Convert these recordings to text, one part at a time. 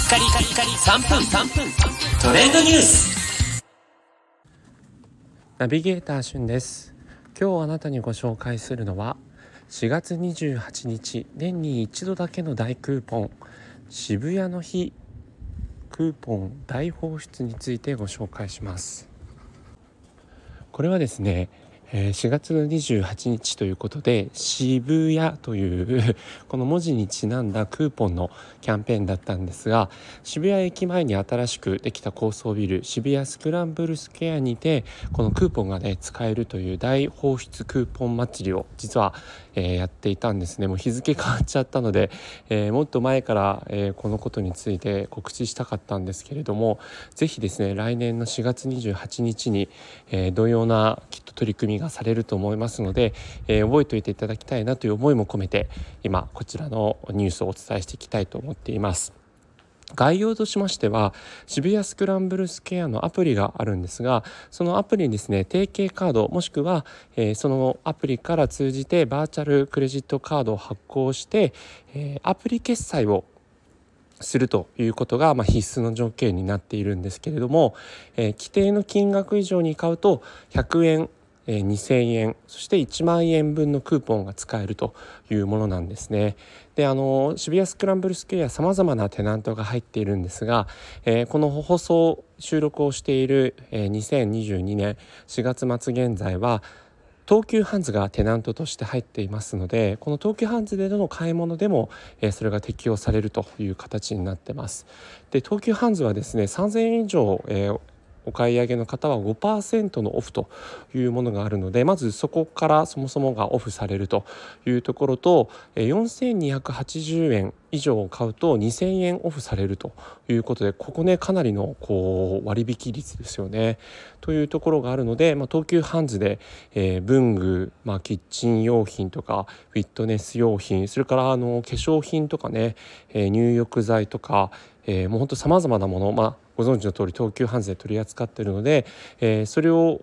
カリカリカリ3分トレンドニュース。 ナビゲーターしゅんです。今日あなたにご紹介するのは4月28日年に一度だけの大クーポン、渋谷の日クーポン大放出についてご紹介します。これはですね、4月の28日ということで渋谷というこの文字にちなんだクーポンのキャンペーンだったんですが、渋谷駅前に新しくできた高層ビル渋谷スクランブルスクエアにてこのクーポンがね使えるという大放出クーポン祭りを実は、やっていたんですね。もう日付変わっちゃったので、もっと前から、このことについて告知したかったんですけれども、ぜひですね来年の4月28日に、同様なきっと取り組みがされると思いますので、覚えておいていただきたいなという思いも込めて今こちらのニュースをお伝えしていきたいと思っています。概要としましては、渋谷スクランブルスクエアのアプリがあるんですが、そのアプリにですね提携カードもしくは、そのアプリから通じてバーチャルクレジットカードを発行して、アプリ決済をするということが、必須の条件になっているんですけれども、規定の金額以上に買うと100円、2000円そして1万円分のクーポンが使えるというものなんですね。で渋谷スクランブルスクエアさまざまなテナントが入っているんですが、この放送収録をしている、2022年4月末現在は東急ハンズがテナントとして入っていますので、この東急ハンズでの買い物でも、それが適用されるという形になってます。で東急ハンズはですね3000円以上、お買い上げの方は 5% のオフというものがあるので、まずそこからそもそもがオフされるというところと、4280円以上を買うと2000円オフされるということで、ここねかなりの割引率ですよねというところがあるので、東急ハンズで、文具、キッチン用品とかフィットネス用品、それから化粧品とかね、入浴剤とか、もうほんとさまざまなもの、ご存知の通り東急ハンズで取り扱っているので、それを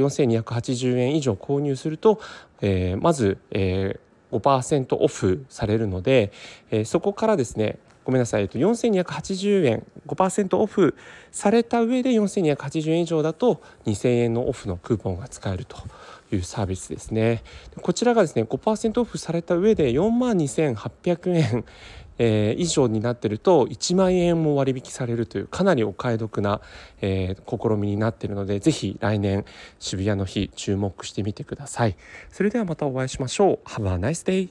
4280円以上購入すると、まず、5% オフされるので、そこからですね4280円 5% オフされた上で4280円以上だと2000円のオフのクーポンが使えるというサービスですね。こちらがですね 5% オフされた上で42,800円以上になっていると1万円も割引されるというかなりお買い得な、試みになっているので、ぜひ来年渋谷の日注目してみてください。それではまたお会いしましょう。Have a nice day!